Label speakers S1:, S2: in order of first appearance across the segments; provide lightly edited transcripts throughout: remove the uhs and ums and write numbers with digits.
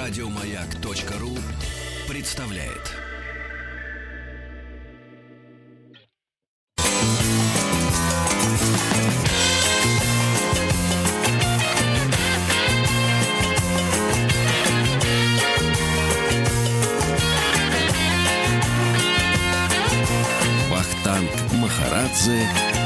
S1: Радиомаяк.ру представляет. Вахтанг Махарадзе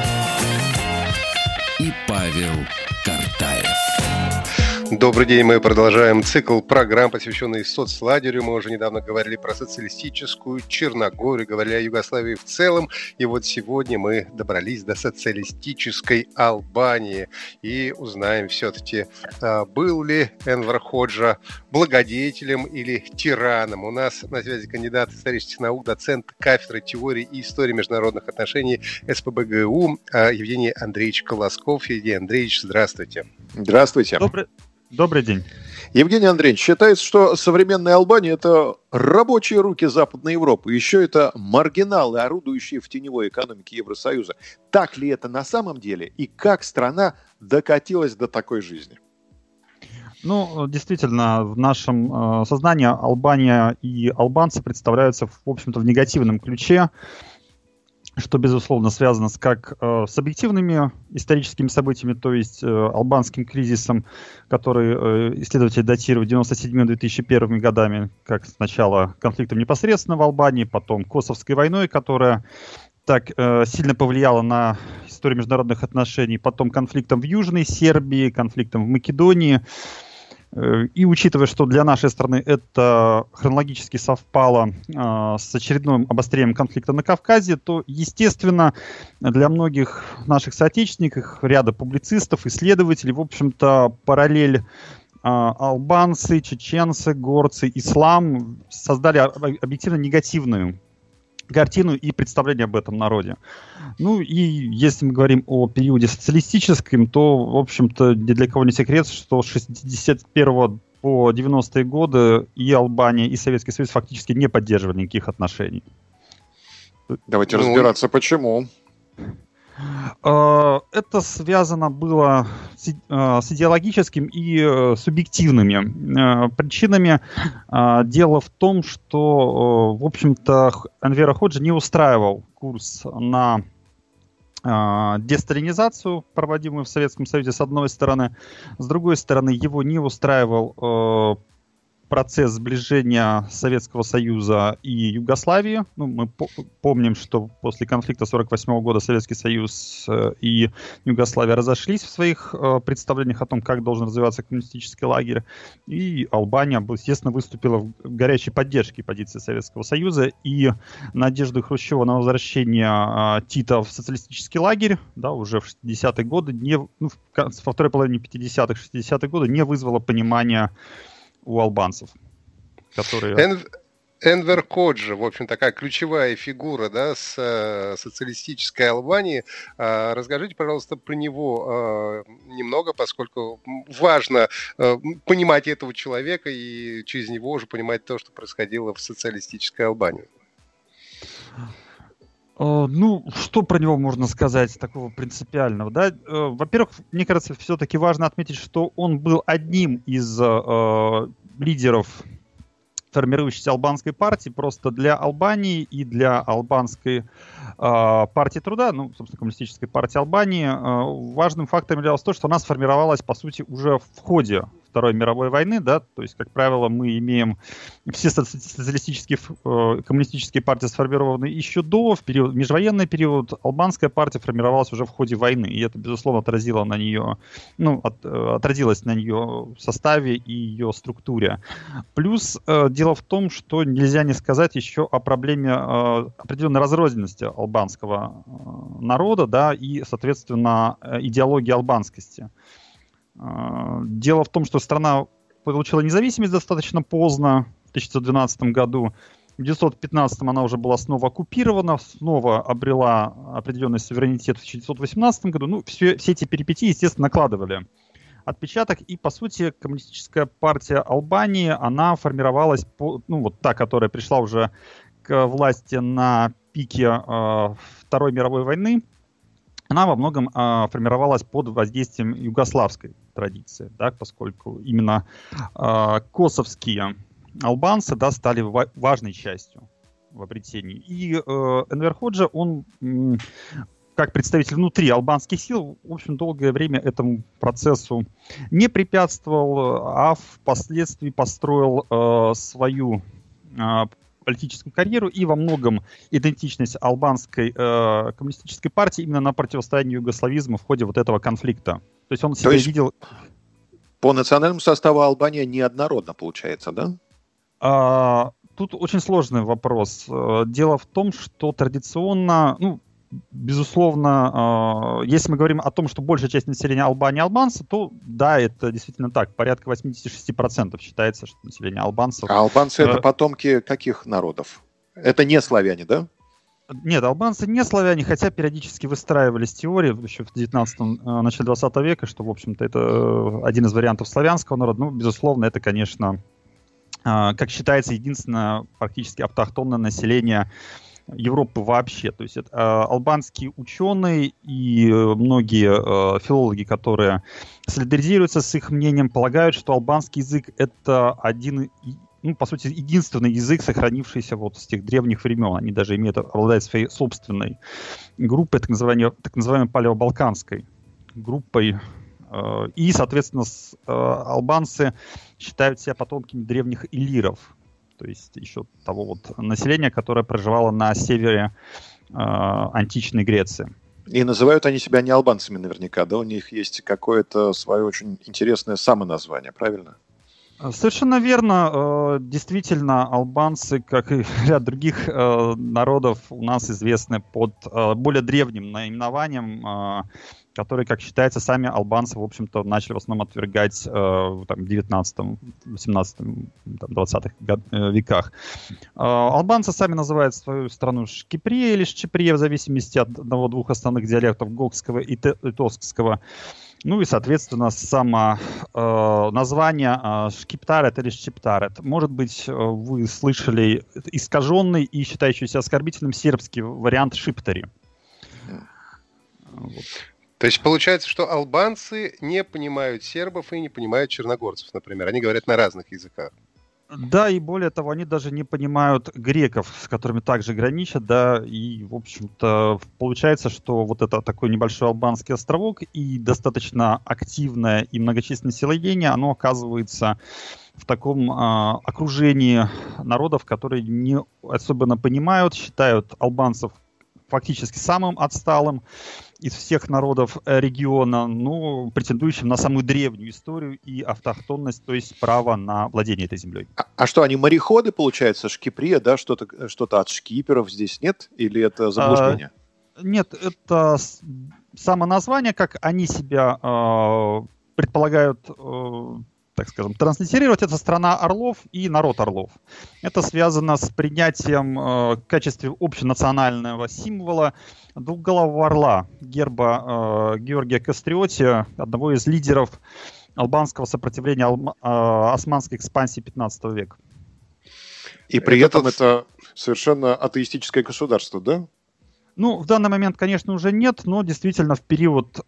S1: и Павел Картаев.
S2: Добрый день, мы продолжаем цикл программ, посвященный соцлагерю. Мы уже недавно говорили про социалистическую Черногорию, говорили о Югославии в целом. И вот сегодня мы добрались до социалистической Албании и узнаем все-таки, был ли Энвер Ходжа благодетелем или тираном. У нас на связи кандидат исторических наук, доцент кафедры теории и истории международных отношений СПбГУ Евгений Андреевич Колосков. Евгений Андреевич, здравствуйте.
S3: Здравствуйте.
S4: Добрый день.
S3: Евгений Андреевич, считается, что современная Албания – это рабочие руки Западной Европы. Еще это маргиналы, орудующие в теневой экономике Евросоюза. Так ли это на самом деле? И как страна докатилась до такой жизни?
S4: Ну, действительно, в нашем сознании Албания и албанцы представляются, в общем-то, в негативном ключе, что, безусловно, связано с объективными историческими событиями, то есть албанским кризисом, который исследователи датируют 1997-2001 годами, как сначала конфликтом непосредственно в Албании, потом Косовской войной, которая так сильно повлияла на историю международных отношений, потом конфликтом в Южной Сербии, конфликтом в Македонии. И учитывая, что для нашей страны это хронологически совпало с очередным обострением конфликта на Кавказе, то, естественно, для многих наших соотечественников, ряда публицистов, исследователей, в общем-то, параллель албанцы, чеченцы, горцы, ислам создали объективно негативную картину и представление об этом народе. Ну и если мы говорим о периоде социалистическом, то, в общем-то, ни для кого не секрет, что с 61 по 90-е годы и Албания, и Советский Союз фактически не поддерживали никаких отношений.
S3: Давайте разбираться, почему.
S4: Это связано было с идеологическими и субъективными причинами. Дело в том, что, в общем-то, Энвера Ходжа не устраивал курс на десталинизацию, проводимую в Советском Союзе, с одной стороны. С другой стороны, его не устраивал процесс сближения Советского Союза и Югославии. Ну, мы помним, что после конфликта 1948 года Советский Союз и Югославия разошлись в своих представлениях о том, как должен развиваться коммунистический лагерь. И Албания, естественно, выступила в горячей поддержке позиции Советского Союза. И надежды Хрущева на возвращение Тита в социалистический лагерь, да, уже в 60-е годы, во второй половине 50-х, 60-х годов не вызвало понимания у албанцев, которые...
S2: Энвер Ходжа, в общем, такая ключевая фигура, да, с социалистической Албании. Расскажите, пожалуйста, про него немного, поскольку важно понимать этого человека и через него уже понимать то, что происходило в социалистической Албании.
S4: Ну, что про него можно сказать такого принципиального, да? Во-первых, мне кажется, все-таки важно отметить, что он был одним из лидеров формирующейся албанской партии. Просто для Албании и для албанской партии труда, ну, собственно, коммунистической партии Албании, важным фактором являлось то, что она сформировалась, по сути, уже в ходе Второй мировой войны, да, то есть, как правило, мы имеем все социалистические, коммунистические партии сформированы еще до, в межвоенный период. Албанская партия формировалась уже в ходе войны, и это, безусловно, отразилось на нее в составе и ее структуре. Плюс дело в том, что нельзя не сказать еще о проблеме определенной разрозненности албанского народа, да, и, соответственно, идеологии албанскости. Дело в том, что страна получила независимость достаточно поздно, в 1912 году. В 1915 она уже была снова оккупирована, снова обрела определенный суверенитет в 1918 году. Ну, все эти перипетии, естественно, накладывали отпечаток. И, по сути, коммунистическая партия Албании, она формировалась, та, которая пришла уже к власти на пике Второй мировой войны, она во многом формировалась под воздействием югославской традиции, да, поскольку именно косовские албанцы, да, стали важной частью в обретении. И Энвер Ходжа, он как представитель внутри албанских сил, в общем, долгое время этому процессу не препятствовал, а впоследствии построил свою политическую карьеру и во многом идентичность албанской коммунистической партии именно на противостоянии югославизму в ходе вот этого конфликта. То есть он себя видел...
S3: По национальному составу Албания неоднородна, получается, да?
S4: Тут очень сложный вопрос. Дело в том, что традиционно, безусловно, если мы говорим о том, что большая часть населения Албании албанцы, то да, это действительно так. Порядка 86% считается, что население албанцев...
S3: А албанцы это потомки каких народов? Это не славяне, да?
S4: Нет, албанцы не славяне, хотя периодически выстраивались теории еще в 19-м, начале 20 века, что, в общем-то, это один из вариантов славянского народа. Безусловно, это, конечно, как считается, единственное практически автохтонное население Европы вообще. То есть это албанские ученые и многие филологи, которые солидаризируются с их мнением, полагают, что албанский язык это по сути, единственный язык, сохранившийся вот с тех древних времен. Они даже обладают своей собственной группой, так называемой палеобалканской группой. И, соответственно, албанцы считают себя потомками древних иллиров. То есть еще того вот населения, которое проживало на севере античной Греции.
S3: И называют они себя не албанцами наверняка, да? У них есть какое-то свое очень интересное самоназвание, правильно?
S4: Совершенно верно. Действительно, албанцы, как и ряд других народов, у нас известны под более древним наименованием, которые, как считается, сами албанцы, в общем-то, начали в основном отвергать в 19-м, 18-м, 20-х веках. Албанцы сами называют свою страну Шкиприя или Шчиприя, в зависимости от одного-двух основных диалектов гокского и тоскского. И, соответственно, само название Шкиптарет или Шчиптарет. Может быть, вы слышали искаженный и считающийся оскорбительным сербский вариант Шиптари.
S2: Вот. То есть получается, что албанцы не понимают сербов и не понимают черногорцев, например. Они говорят на разных языках.
S4: Да, и более того, они даже не понимают греков, с которыми также граничат, да, и, в общем-то, получается, что вот это такой небольшой албанский островок и достаточно активное и многочисленное население, оно оказывается в таком окружении народов, которые не особенно понимают, считают албанцев фактически самым отсталым из всех народов региона, претендующим на самую древнюю историю и автохтонность, то есть право на владение этой землей.
S3: А что, они мореходы, получается, Шкиприя, да, что-то от шкиперов здесь нет? Или это заблуждение?
S4: Нет, это само название, как они себя предполагают, так скажем, транслитерировать, это страна орлов и народ орлов. Это связано с принятием в качестве общенационального символа двухголового орла, герба Георгия Кастриоти, одного из лидеров албанского сопротивления османской экспансии 15 века.
S3: И при этом это совершенно атеистическое государство, да?
S4: В данный момент, конечно, уже нет, но действительно в период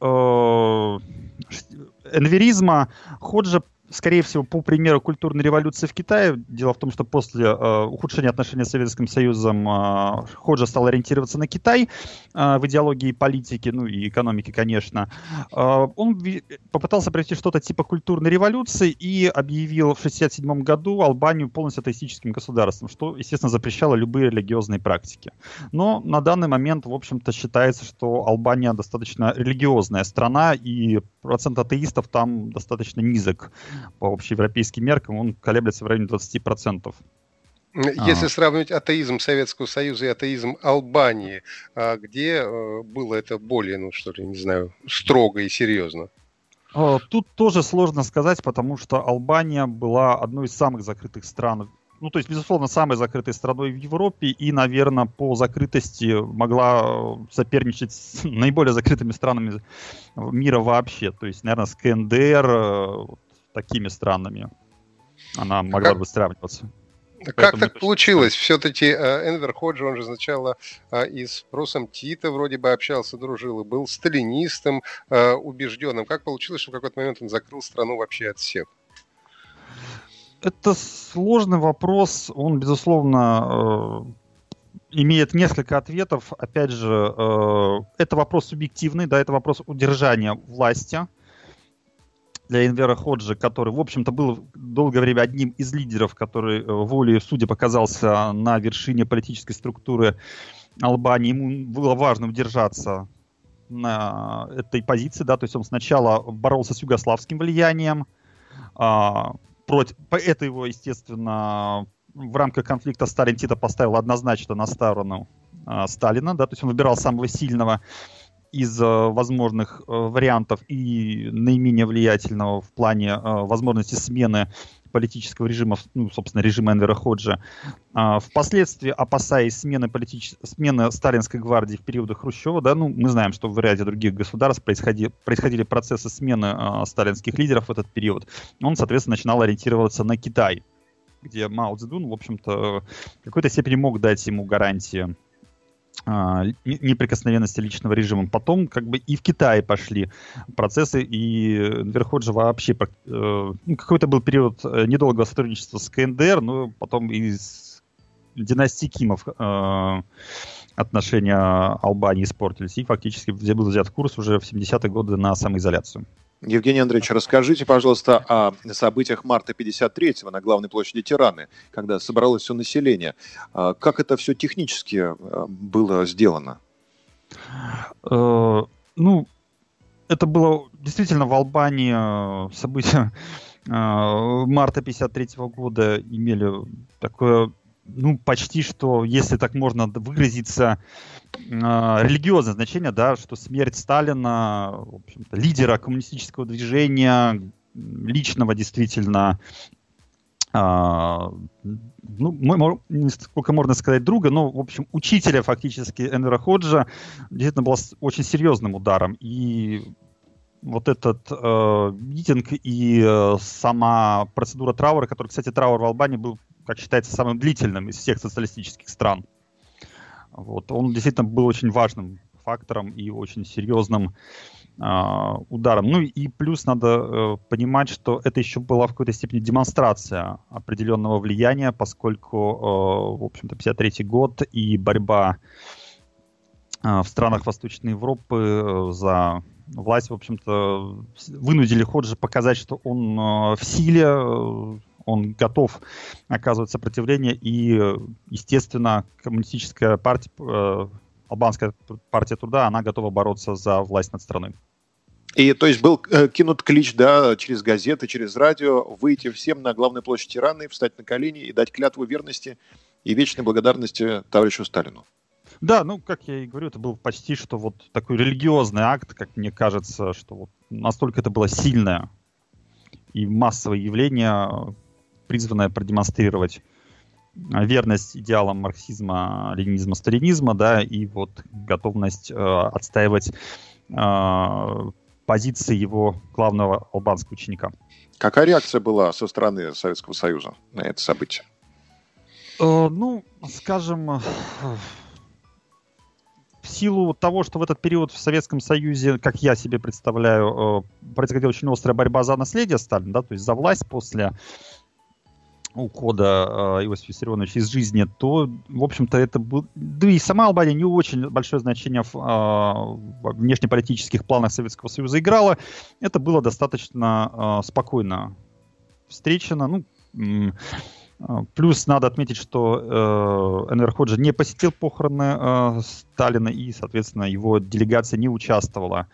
S4: энверизма Ходжа, скорее всего, по примеру культурной революции в Китае, дело в том, что после ухудшения отношений с Советским Союзом Ходжа стал ориентироваться на Китай в идеологии политики, и экономики, конечно. Он попытался провести что-то типа культурной революции и объявил в 1967 году Албанию полностью атеистическим государством, что, естественно, запрещало любые религиозные практики. Но на данный момент, в общем-то, считается, что Албания достаточно религиозная страна, и процент атеистов там достаточно низок. По общеевропейским меркам он колеблется в районе 20%.
S2: Если сравнивать атеизм Советского Союза и атеизм Албании, где было это более, строго и серьезно?
S4: Тут тоже сложно сказать, потому что Албания была одной из самых закрытых стран. То есть, безусловно, самой закрытой страной в Европе и, наверное, по закрытости могла соперничать с наиболее закрытыми странами мира вообще. То есть, наверное, с КНДР, такими странами она могла бы сравниваться.
S2: Как так получилось? Все-таки Энвер Ходжа, он же сначала и с Просом Тита вроде бы общался, дружил, и был сталинистом убежденным. Как получилось, что в какой-то момент он закрыл страну вообще от всех?
S4: Это сложный вопрос. Он, безусловно, имеет несколько ответов. Опять же, это вопрос субъективный, да, это вопрос удержания власти для Энвера Ходжи, который, в общем-то, был долгое время одним из лидеров, который волей судеб оказался на вершине политической структуры Албании. Ему было важно удержаться на этой позиции, да, то есть он сначала боролся с югославским влиянием, это его, естественно, в рамках конфликта Сталин-Тита поставил однозначно на сторону Сталина, да, то есть он выбирал самого сильного из возможных вариантов и наименее влиятельного в плане возможности смены политического режима, ну, собственно, режима Энвера Ходжи. Впоследствии, опасаясь смены сталинской гвардии в периоды Хрущева, да, ну, мы знаем, что в ряде других государств происходили процессы смены сталинских лидеров в этот период, он, соответственно, начинал ориентироваться на Китай, где Мао Цзэдун, в общем-то, в какой-то степени мог дать ему гарантии неприкосновенности личного режима. Потом как бы и в Китае пошли процессы, и Энвер Ходжа вообще какой-то был период недолгого сотрудничества с КНДР, но потом из династии Кимов отношения Албании испортились, и фактически где был взят курс уже в 70-е годы на самоизоляцию.
S3: Евгений Андреевич, расскажите, пожалуйста, о событиях марта 53-го на главной площади Тираны, когда собралось все население. Как это все технически было сделано?
S4: Это было действительно в Албании события марта 53-го года имели такое, почти что, если так можно выразиться, религиозное значение, да, что смерть Сталина, в общем-то, лидера коммунистического движения, личного действительно, сколько можно сказать, друга, но, в общем, учителя фактически Энвера Ходжа, действительно была очень серьезным ударом. И вот этот митинг и сама процедура траура, который, кстати, траур в Албании был, как считается, самым длительным из всех социалистических стран. Вот. Он действительно был очень важным фактором и очень серьезным ударом. Ну и плюс надо понимать, что это еще была в какой-то степени демонстрация определенного влияния, поскольку, в общем-то, 53-й год и борьба в странах Восточной Европы за власть, в общем-то, вынудили Ходжи показать, что он в силе, он готов оказывать сопротивление, и, естественно, коммунистическая партия, Албанская партия труда, она готова бороться за власть над страной.
S3: И то есть был кинут клич, да, через газеты, через радио, выйти всем на главную площадь Тираны, встать на колени и дать клятву верности и вечной благодарности товарищу Сталину. Да,
S4: как я и говорю, это был почти что вот такой религиозный акт, как мне кажется, что вот настолько это было сильное и массовое явление, призванное продемонстрировать верность идеалам марксизма, ленинизма, сталинизма, да, и вот готовность отстаивать позиции его главного албанского ученика.
S3: Какая реакция была со стороны Советского Союза на это событие?
S4: Скажем, в силу того, что в этот период в Советском Союзе, как я себе представляю, происходила очень острая борьба за наследие Сталина, да, то есть за власть после ухода Иосифа Виссарионовича из жизни, то, в общем-то, это был... Да и сама Албания не очень большое значение в внешнеполитических планах Советского Союза играла. Это было достаточно спокойно встречено. Плюс надо отметить, что Энвер Ходжа не посетил похороны Сталина, и, соответственно, его делегация не участвовала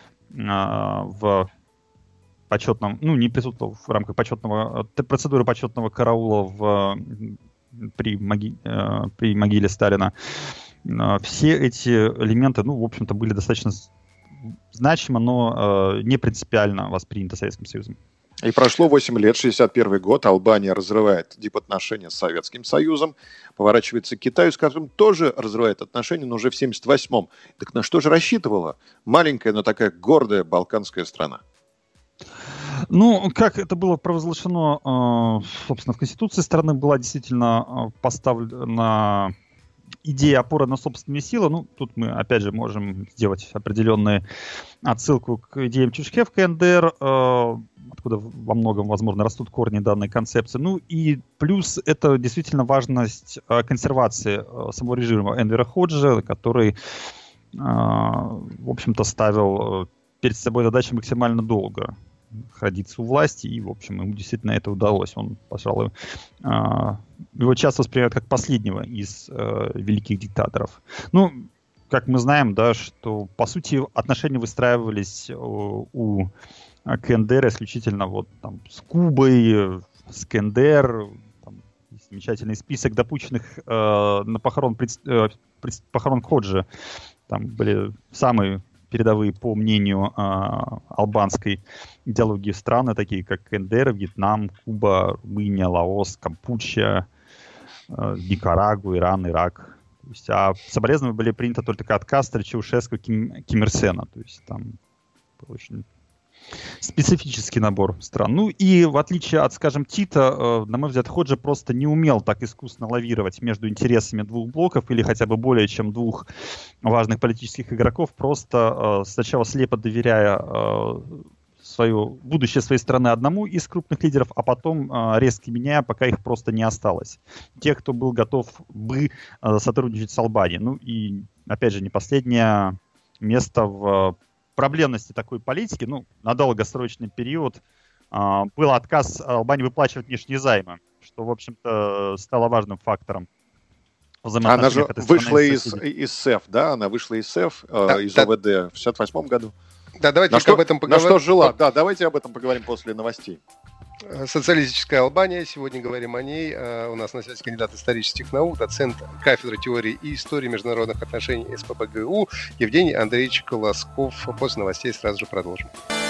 S4: в почетном, не присутствовал в рамках процедуры почетного караула при могиле Сталина. Все эти элементы, в общем-то, были достаточно значимо, но не принципиально восприняты Советским Союзом.
S3: И прошло 8 лет, 61 год, Албания разрывает дипотношения с Советским Союзом, поворачивается к Китаю, с которым тоже разрывает отношения, но уже в 78-м. Так на что же рассчитывала маленькая, но такая гордая балканская страна?
S4: Ну, как это было провозглашено, собственно, в Конституции страны, была действительно поставлена идея опоры на собственные силы. Ну, тут мы, опять же, можем сделать определенную отсылку к идеям Чучхе в КНДР, откуда во многом, возможно, растут корни данной концепции. Ну и плюс это действительно важность консервации самого режима Энвера Ходжа, который, в общем-то, ставил перед собой задачу максимально долго находиться у власти, и, в общем, ему действительно это удалось. Он, пожалуй, его часто воспринимают как последнего из великих диктаторов. Ну, как мы знаем, да, что, по сути, отношения выстраивались у КНДР исключительно вот там с Кубой, с КНДР, там, замечательный список допущенных на похорон Ходжа. Там были самые передовые, по мнению албанской идеологии, страны, такие как КНДР, Вьетнам, Куба, Румыния, Лаос, Кампучия, Никарагуа, Иран, Ирак. То есть, а соболезнования были приняты только от Кастро, Чаушеску, Ким Ир Сена. То есть там очень специфический набор стран. Ну и в отличие от, скажем, Тита, на мой взгляд, Ходжа просто не умел так искусно лавировать между интересами двух блоков или хотя бы более чем двух важных политических игроков, просто сначала слепо доверяя будущее своей страны одному из крупных лидеров, а потом резко меняя, пока их просто не осталось. Тех, кто был готов бы сотрудничать с Албанией. Ну и, опять же, не последнее место в проблемности такой политики, ну, на долгосрочный период был отказ Албании выплачивать внешние займы, что, в общем-то, стало важным фактором.
S3: Она же вышла из СЭФ, да? Она вышла из СЭФ, из ОВД в 1968 году.
S2: Да, давайте об этом поговорим.
S3: На что жила? Да, давайте об этом поговорим после новостей.
S2: Социалистическая Албания. Сегодня говорим о ней. У нас на связи кандидат исторических наук, доцент кафедры теории и истории международных отношений СПбГУ Евгений Андреевич Колосков. После новостей сразу же продолжим.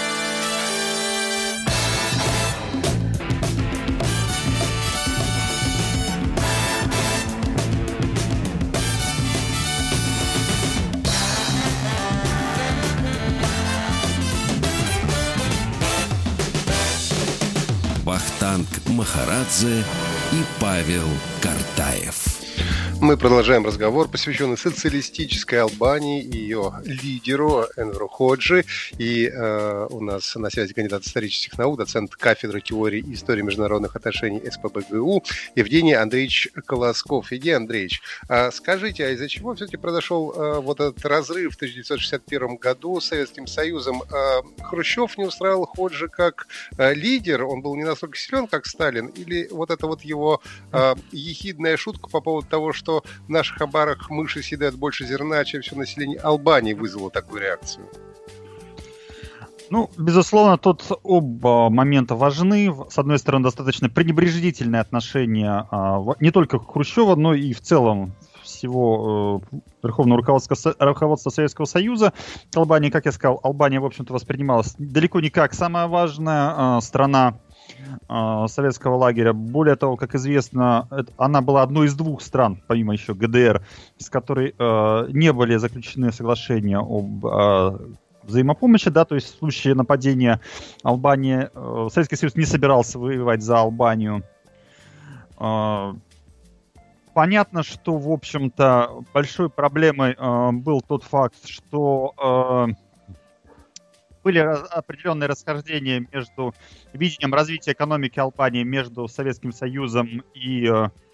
S1: Вахтанг Махарадзе и Павел Картаев.
S2: Мы продолжаем разговор, посвященный социалистической Албании и ее лидеру Энверу Ходжи. И у нас на связи кандидат исторических наук, доцент кафедры теории и истории международных отношений СПбГУ Евгений Андреевич Колосков. Евгений Андреевич, скажите, а из-за чего все-таки произошел вот этот разрыв в 1961 году с Советским Союзом? Хрущев не устраивал Ходжи как лидер, он был не настолько силен, как Сталин, или вот это вот его ехидная шутка по поводу того, что в наших амбарах мыши съедают больше зерна, чем все население Албании, вызвало такую реакцию?
S4: Ну, безусловно, тут оба момента важны. С одной стороны, достаточно пренебрежительное отношение не только к Хрущеву, но и в целом всего верховного руководства Советского Союза. Албания, как я сказал, Албания, в общем-то, воспринималась далеко не как самая важная страна советского лагеря. Более того, как известно, она была одной из двух стран, помимо еще ГДР, с которой не были заключены соглашения об взаимопомощи, да, то есть в случае нападения Албании Советский Союз не собирался воевать за Албанию. Понятно, что, в общем-то, большой проблемой был тот факт, что были определенные расхождения между видением развития экономики Албании между Советским Союзом и,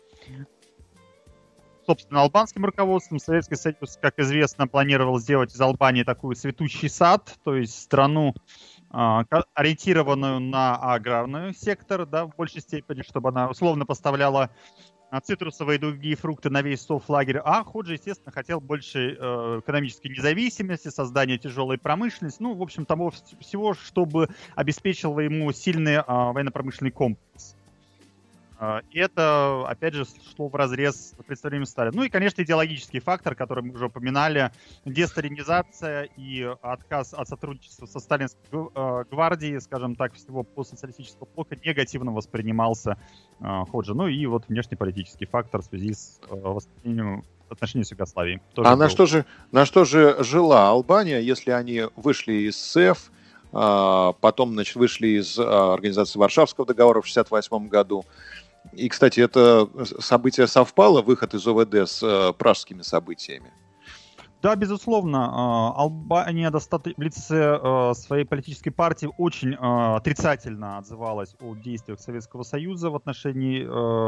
S4: собственно, албанским руководством. Советский Союз, как известно, планировал сделать из Албании такой цветущий сад, то есть страну, ориентированную на аграрный сектор, да, в большей степени, чтобы она условно поставляла цитрусовые и другие фрукты на весь софт-лагерь. А Ходжа, естественно, хотел больше экономической независимости, создания тяжелой промышленности, ну, в общем, того всего, чтобы обеспечил ему сильный военно-промышленный комплекс. И это, опять же, шло вразрез с представлением Сталина. Ну и, конечно, идеологический фактор, который мы уже упоминали, десталинизация и отказ от сотрудничества со сталинской гвардией, скажем так, всего постсоциалистического блока негативно воспринимался Ходжа. Ну и вот внешнеполитический фактор в связи с восстановлением отношений с Югославией.
S3: А на что же жила Албания, если они вышли из СЭФ, потом, значит, вышли из организации Варшавского договора в 1968 году. И, кстати, это событие совпало, выход из ОВД, с пражскими событиями.
S4: Да, безусловно, Албания в лице своей политической партии очень отрицательно отзывалась о действиях Советского Союза в отношении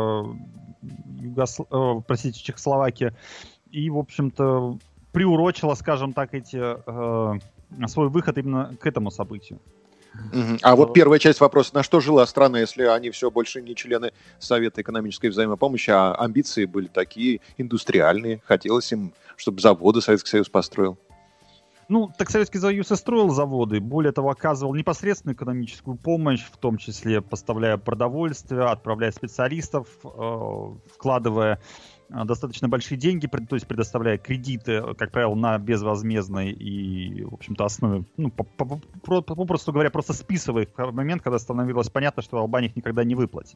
S4: Чехословакии и, в общем-то, приурочила, скажем так, свой выход именно к этому событию.
S3: А вот первая часть вопроса: на что жила страна, если они все больше не члены Совета экономической взаимопомощи, а амбиции были такие индустриальные, хотелось им, чтобы заводы Советский Союз построил?
S4: Ну, так Советский Союз и строил заводы, более того, оказывал непосредственную экономическую помощь, в том числе поставляя продовольствие, отправляя специалистов, вкладывая достаточно большие деньги, то есть предоставляя кредиты, как правило, на безвозмездной и, в общем-то, основе, ну, попросту говоря, просто списывая их в момент, когда становилось понятно, что Албания их никогда не выплатит.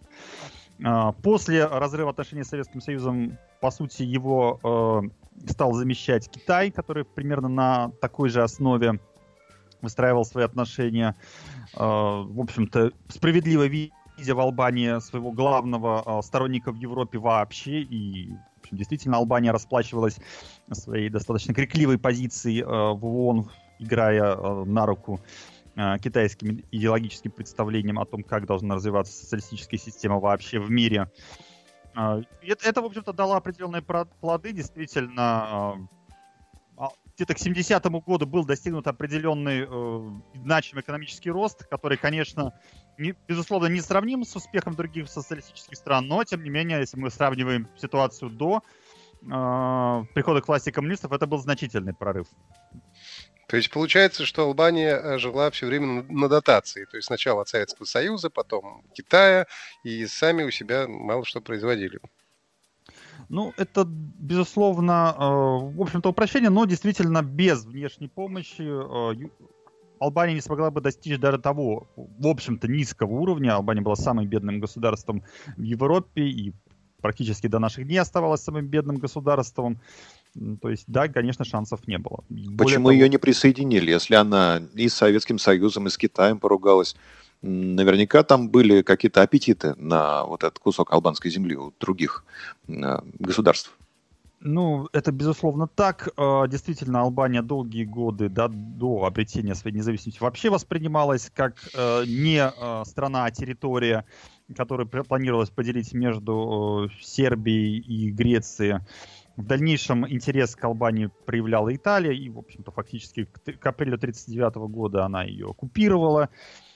S4: После разрыва отношений с Советским Союзом, по сути, его стал замещать Китай, который примерно на такой же основе выстраивал свои отношения. В общем-то, справедливо видя в Албании своего главного сторонника в Европе вообще. И, в общем, действительно, Албания расплачивалась своей достаточно крикливой позицией в ООН, играя на руку китайским идеологическим представлением о том, как должна развиваться социалистическая система вообще в мире. Это, в общем-то, дало определенные плоды. Действительно, где-то к 70-му году был достигнут определенный значимый экономический рост, который, конечно, безусловно, не сравним с успехом других социалистических стран, но, тем не менее, если мы сравниваем ситуацию до прихода к власти коммунистов, это был значительный прорыв.
S2: То есть получается, что Албания жила все время на дотации. То есть сначала от Советского Союза, потом Китая, и сами у себя мало что производили.
S4: Ну, это, безусловно, в общем-то, упрощение, но действительно без внешней помощи Албания не смогла бы достичь даже того, в общем-то, низкого уровня. Албания была самым бедным государством в Европе и практически до наших дней оставалась самым бедным государством. То есть, да, конечно, шансов не было.
S3: Почему ее не присоединили, если она и с Советским Союзом, и с Китаем поругалась? Наверняка там были какие-то аппетиты на вот этот кусок албанской земли у других государств.
S4: Ну, это безусловно так. Действительно, Албания долгие годы, да, до обретения своей независимости вообще воспринималась как не страна, а территория, которую планировалось поделить между Сербией и Грецией. В дальнейшем интерес к Албании проявляла Италия, и, в общем-то, фактически к апрелю 1939 года она ее оккупировала.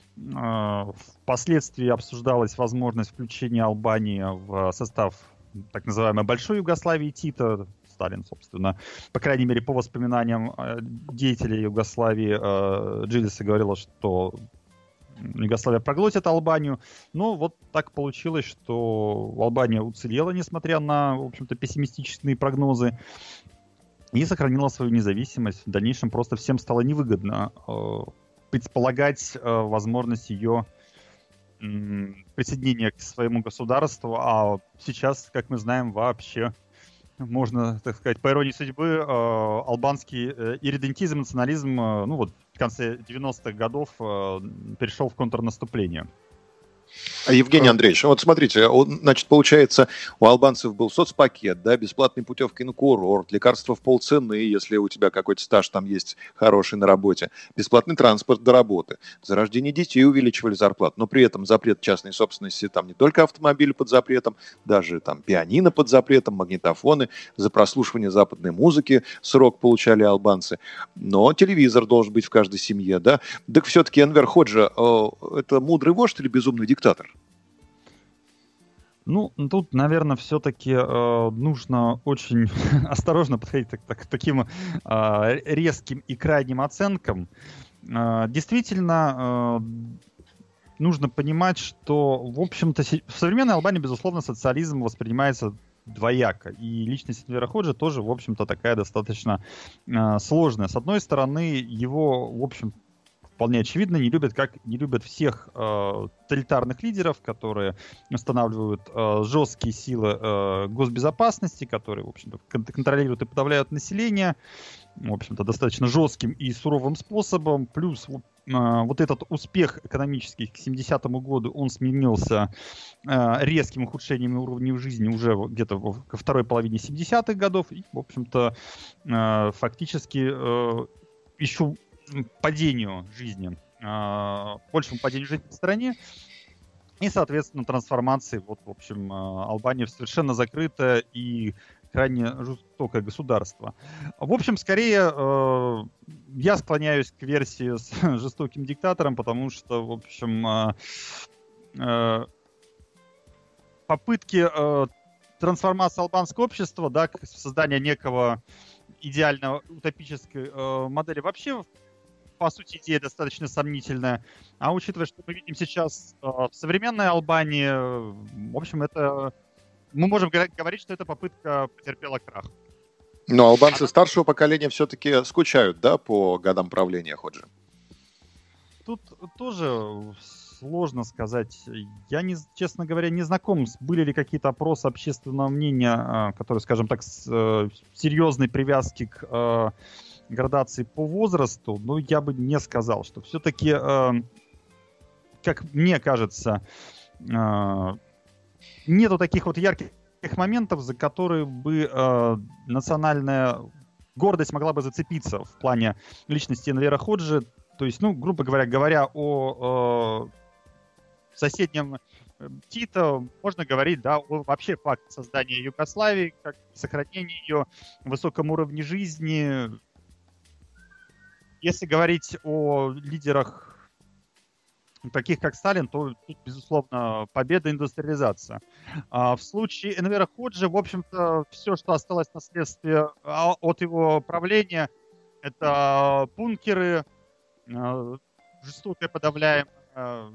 S4: Впоследствии обсуждалась возможность включения Албании в состав так называемой Большой Югославии Тита. Сталин, собственно, по крайней мере, по воспоминаниям деятелей Югославии, Джилиса говорила, что Югославия проглотит Албанию. Но вот так получилось, что Албания уцелела, несмотря на, в общем-то, пессимистичные прогнозы, и сохранила свою независимость. В дальнейшем просто всем стало невыгодно предполагать возможность ее присоединения к своему государству. А сейчас, как мы знаем, вообще можно, так сказать, по иронии судьбы, албанский ирредентизм, национализм, ну вот в конце 90-х годов перешел в контрнаступление.
S3: Евгений Андреевич, вот смотрите, значит, получается, у албанцев был соцпакет, да, бесплатные путевки на курорт, лекарства в полцены, если у тебя какой-то стаж там есть хороший на работе, бесплатный транспорт до работы, за рождение детей увеличивали зарплату, но при этом запрет частной собственности, там не только автомобили под запретом, даже там пианино под запретом, магнитофоны, за прослушивание западной музыки срок получали албанцы, но телевизор должен быть в каждой семье, да, так все-таки Энвер Ходжа, это мудрый вождь или безумный диктатор?
S4: Ну, тут, наверное, все-таки нужно очень осторожно подходить к таким резким и крайним оценкам. Действительно, нужно понимать, что, в общем-то, в современной Албании, безусловно, социализм воспринимается двояко. И личность Энвера Ходжи тоже, в общем-то, такая достаточно сложная. С одной стороны, его, в общем, вполне очевидно, не любят всех тоталитарных лидеров, которые устанавливают жесткие силы госбезопасности, которые, в общем-то, контролируют и подавляют население, в общем-то, достаточно жестким и суровым способом. Плюс вот этот успех экономический к 70-му году, он сменился резким ухудшением уровня жизни уже где-то ко второй половине 70-х годов. И, в общем-то, фактически еще падению жизни, большему падению жизни в стране. И, соответственно, трансформации. Вот, в общем, Албания совершенно закрытая и крайне жестокое государство. В общем, скорее, я склоняюсь к версии с жестоким диктатором, потому что, в общем, попытки трансформации албанского общества, да, создания некого идеального утопической модели вообще, по сути, идея достаточно сомнительная. А учитывая, что мы видим сейчас в современной Албании, в общем, это... Мы можем говорить, что эта попытка потерпела крах.
S3: Но албанцы старшего поколения все-таки скучают, да, по годам правления Ходжи?
S4: Тут тоже сложно сказать. Я, честно говоря, не знаком, были ли какие-то опросы общественного мнения, которые, скажем так, с серьезной привязки к градации по возрасту, но я бы не сказал, что все-таки, как мне кажется, нету таких вот ярких моментов, за которые бы национальная гордость могла бы зацепиться в плане личности Энвера Ходжи. То есть, ну, грубо говоря о соседнем Тито, можно говорить, да, о вообще факте создания Югославии, как сохранении ее высоком уровне жизни. Если говорить о лидерах таких как Сталин, то тут, безусловно, победа, индустриализация. В случае Энвера Ходжи, в общем-то, все, что осталось наследствие от его правления, это бункеры, жестокое подавляемое,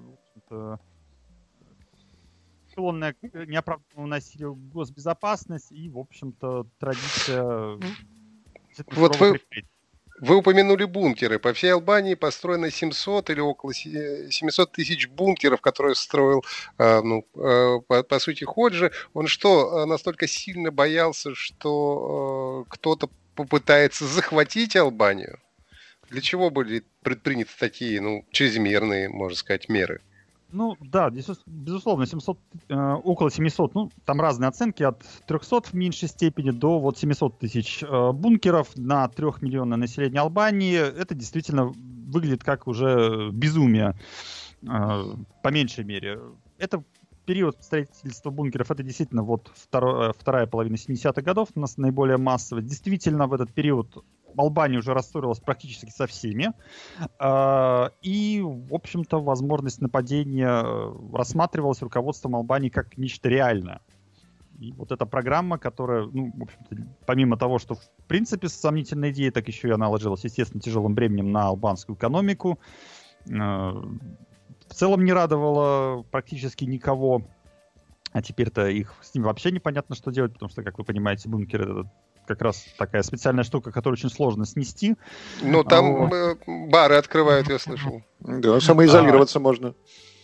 S4: склонное к неоправданному насилию госбезопасность и, в общем-то, традиция...
S2: Вот вы упомянули бункеры. По всей Албании построено 700 или около 700 тысяч бункеров, которые строил, по сути, Ходжи. Он что, настолько сильно боялся, что кто-то попытается захватить Албанию? Для чего были предприняты такие, чрезмерные, можно сказать, меры?
S4: Ну, да, безусловно, около 700, там разные оценки, от 300 в меньшей степени до 700 тысяч бункеров на 3-миллионное население Албании. Это действительно выглядит как уже безумие, по меньшей мере. Это период строительства бункеров, это действительно вторая половина 70-х годов, у нас наиболее массово. Действительно, в этот период Албания уже рассорилась практически со всеми. И, в общем-то, возможность нападения рассматривалась руководством Албании как нечто реальное. И вот эта программа, которая, в общем-то, помимо того, что в принципе сомнительная идея, так еще и она ложилась, естественно, тяжелым бременем на албанскую экономику. В целом не радовала практически никого. А теперь-то с ними вообще непонятно, что делать, потому что, как вы понимаете, бункер — это как раз такая специальная штука, которую очень сложно снести.
S2: Ну, там бары открывают, я слышал.
S3: Да, самоизолироваться можно.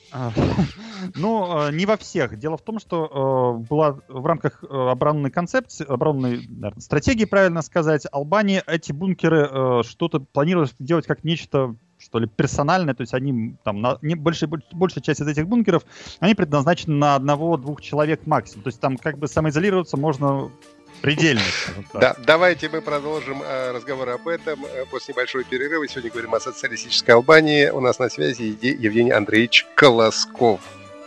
S4: Ну, не во всех. Дело в том, что была в рамках оборонной концепции, оборонной, наверное, стратегии, правильно сказать, Албания эти бункеры что-то планировала делать как нечто, что ли, персональное. То есть они там, большая часть из этих бункеров, они предназначены на 1-2 человек максимум. То есть там как бы самоизолироваться можно предельно.
S2: Да, давайте мы продолжим разговор об этом после небольшого перерыва. Сегодня говорим о социалистической Албании. У нас на связи Евгений Андреевич Колосков.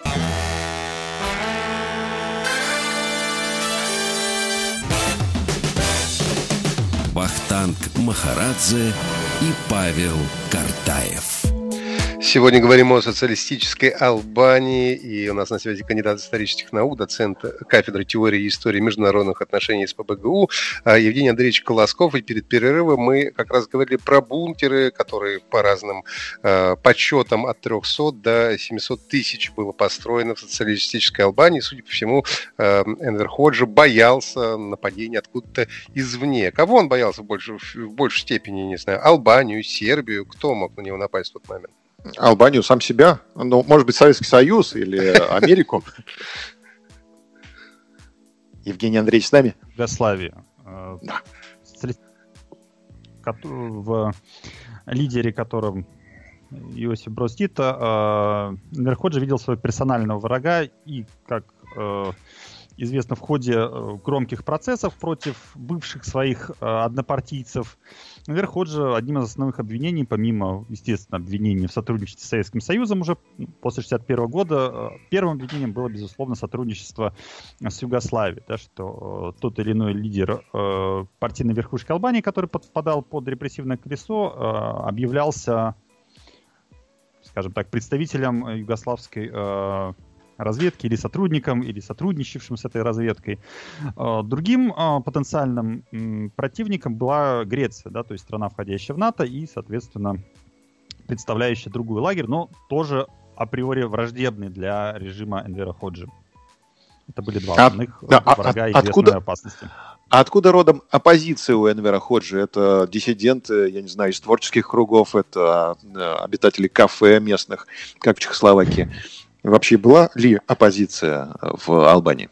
S1: Вахтанг Махарадзе и Павел Картаев.
S2: Сегодня говорим о социалистической Албании, и у нас на связи кандидат исторических наук, доцент кафедры теории и истории международных отношений СПбГУ Евгений Андреевич Колосков. И перед перерывом мы как раз говорили про бункеры, которые по разным подсчетам от 300 до 700 тысяч было построено в социалистической Албании. Судя по всему, Энвер Ходжи боялся нападения откуда-то извне. Кого он боялся в большей степени, не знаю, Албанию, Сербию? Кто мог на него напасть в тот момент?
S3: Албанию, сам себя? Может быть, Советский Союз или Америку? Евгений Андреевич с нами?
S4: Югославия.
S3: Да.
S4: В лидере которым Иосиф Брос Тита, Энвер Ходжа видел своего персонального врага и, как известно, в ходе громких процессов против бывших своих однопартийцев, Энвер Ходжа одним из основных обвинений, помимо, естественно, обвинений в сотрудничестве с Советским Союзом уже после 1961 года, первым обвинением было, безусловно, сотрудничество с Югославией, да, что тот или иной лидер партийной верхушки Албании, который подпадал под репрессивное колесо, объявлялся, скажем так, представителем югославской разведки или сотрудником, или сотрудничавшим с этой разведкой. Другим потенциальным противником была Греция, да, то есть страна, входящая в НАТО и, соответственно, представляющая другой лагерь, но тоже априори враждебный для режима Энвера Ходжи. Это были два основных врага и известной опасности.
S3: А откуда родом оппозиция у Энвера Ходжи? Это диссиденты, я не знаю, из творческих кругов, это обитатели кафе местных, как в Чехословакии. Вообще была ли оппозиция в Албании?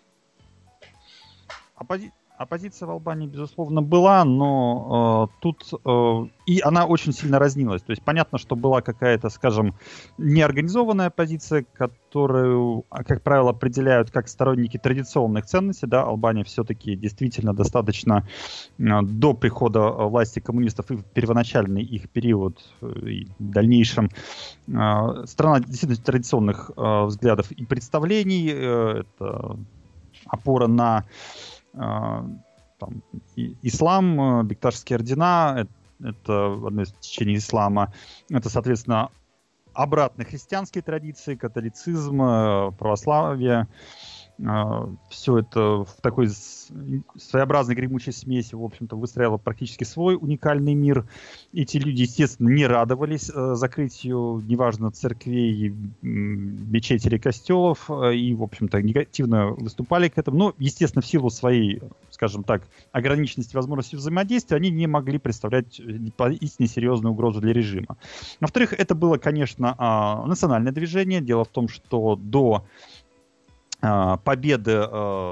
S4: Оппозиция в Албании, безусловно, была, но тут и она очень сильно разнилась. То есть понятно, что была какая-то, скажем, неорганизованная оппозиция, которую, как правило, определяют как сторонники традиционных ценностей. Да? Албания все-таки действительно достаточно до прихода власти коммунистов и в первоначальный их период, и в дальнейшем, страна действительно традиционных взглядов и представлений. Это опора на ислам, бекташские ордена, это одно из течений ислама, это, соответственно, обратные христианские традиции, католицизм, православие, все это в такой своеобразной гремучей смеси, в общем-то, выстраивало практически свой уникальный мир. Эти люди, естественно, не радовались закрытию, неважно, церквей, мечетей или костелов, и, в общем-то, негативно выступали к этому. Но, естественно, в силу своей, скажем так, ограниченности возможности взаимодействия, они не могли представлять поистине серьезную угрозу для режима. Во-вторых, это было, конечно, национальное движение. Дело в том, что до победы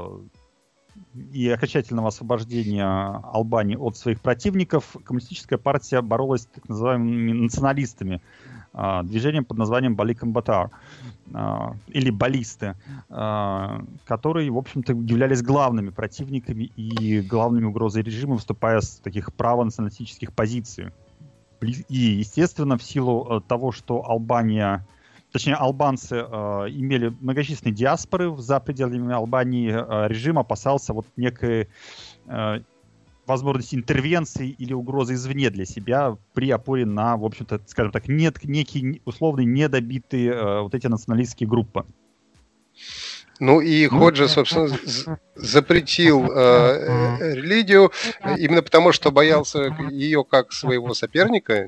S4: и окончательного освобождения Албании от своих противников коммунистическая партия боролась с так называемыми националистами, движением под названием Бали-Комбатар, или баллисты, которые, в общем-то, являлись главными противниками и главными угрозой режима, выступая с таких правонационалистических позиций. И, естественно, в силу того, что албанцы имели многочисленные диаспоры за пределами Албании, режим опасался вот некой возможности интервенции или угрозы извне для себя при опоре на, в общем-то, скажем так, некие условные недобитые вот эти националистские группы.
S2: Ну и Ходжа, собственно, запретил религию именно потому, что боялся ее как своего соперника.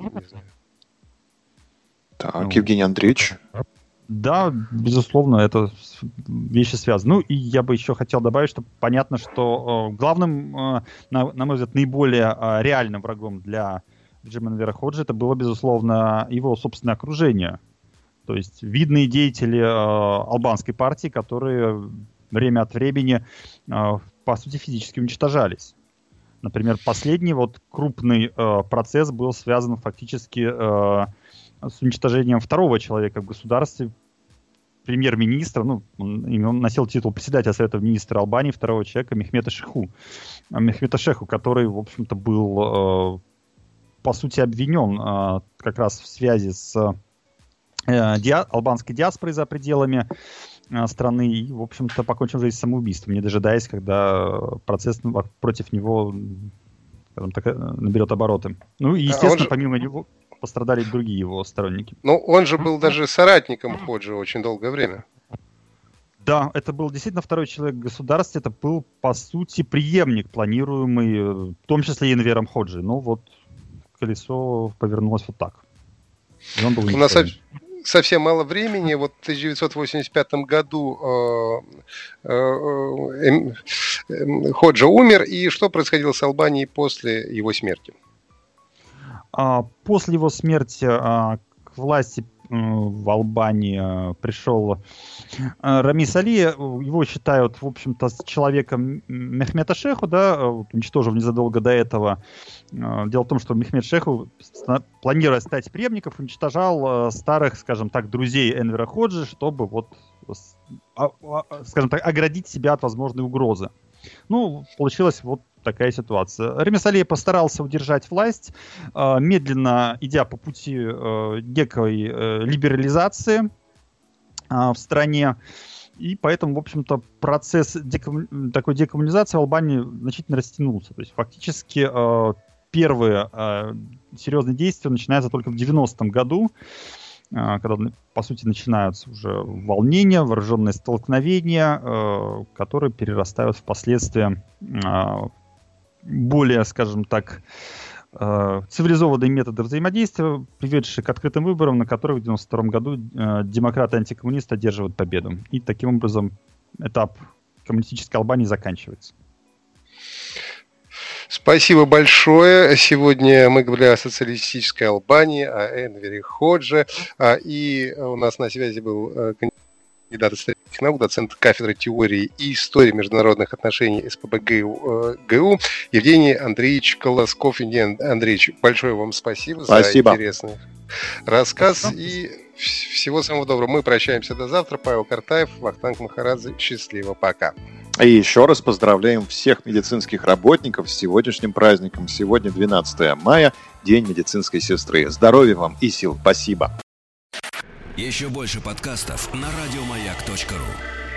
S3: Так, Евгений Андреевич.
S4: Да, безусловно, это вещи связаны. Ну, и я бы еще хотел добавить, что понятно, что главным, на мой взгляд, наиболее реальным врагом для режима Энвера Ходжи это было, безусловно, его собственное окружение. То есть видные деятели албанской партии, которые время от времени, по сути, физически уничтожались. Например, последний вот крупный процесс был связан фактически с уничтожением второго человека в государстве, премьер-министра, он носил титул председателя Совета министров Албании, второго человека, Мехмета Шеху, который, в общем-то, был, по сути, обвинен как раз в связи с албанской диаспорой за пределами страны и, в общем-то, покончил жизнь самоубийством, не дожидаясь, когда процесс против него, скажем так, наберет обороты. Ну и, естественно, помимо него пострадали другие его сторонники.
S2: Ну, он же был даже соратником Ходжи очень долгое время.
S4: Да, это был действительно второй человек в государстве, это был, по сути, преемник, планируемый, в том числе и Энвером Ходжи. Но вот колесо повернулось вот так. И он был
S2: у нас совсем мало времени. Вот в 1985 году Ходжа умер. И что происходило с Албанией после его смерти?
S4: После его смерти к власти в Албании пришел Рамис Али. Его считают, в общем-то, человеком Мехмета Шеху, да, уничтожив незадолго до этого. Дело в том, что Мехмед Шеху, планируя стать преемником, уничтожал старых, скажем так, друзей Энвера Ходжи, чтобы вот, скажем так, оградить себя от возможной угрозы. Ну, получилась вот такая ситуация. Рамис Али постарался удержать власть, медленно идя по пути некой либерализации в стране. И поэтому, в общем-то, процесс такой декоммунизации в Албании значительно растянулся. То есть фактически первые серьезные действия начинаются только в 90-м году, когда, по сути, начинаются уже волнения, вооруженные столкновения, которые перерастают в последствия более, скажем так, цивилизованные методы взаимодействия, приведшие к открытым выборам, на которых в 1992 году демократы и антикоммунисты одерживают победу. И таким образом этап коммунистической Албании заканчивается.
S2: Спасибо большое. Сегодня мы говорили о социалистической Албании, о Энвере Ходжи. И у нас на связи был кандидат исторических наук, доцент кафедры теории и истории международных отношений СПбГУ Евгений Андреевич Колосков. Евгений Андреевич, большое вам спасибо за интересный рассказ. И всего самого доброго. Мы прощаемся до завтра. Павел Картаев, Вахтанг Махарадзе. Счастливо. Пока.
S3: И еще раз поздравляем всех медицинских работников с сегодняшним праздником. Сегодня 12 мая, День медицинской сестры. Здоровья вам и сил. Спасибо.
S1: Еще больше подкастов на радиомаяк.ру.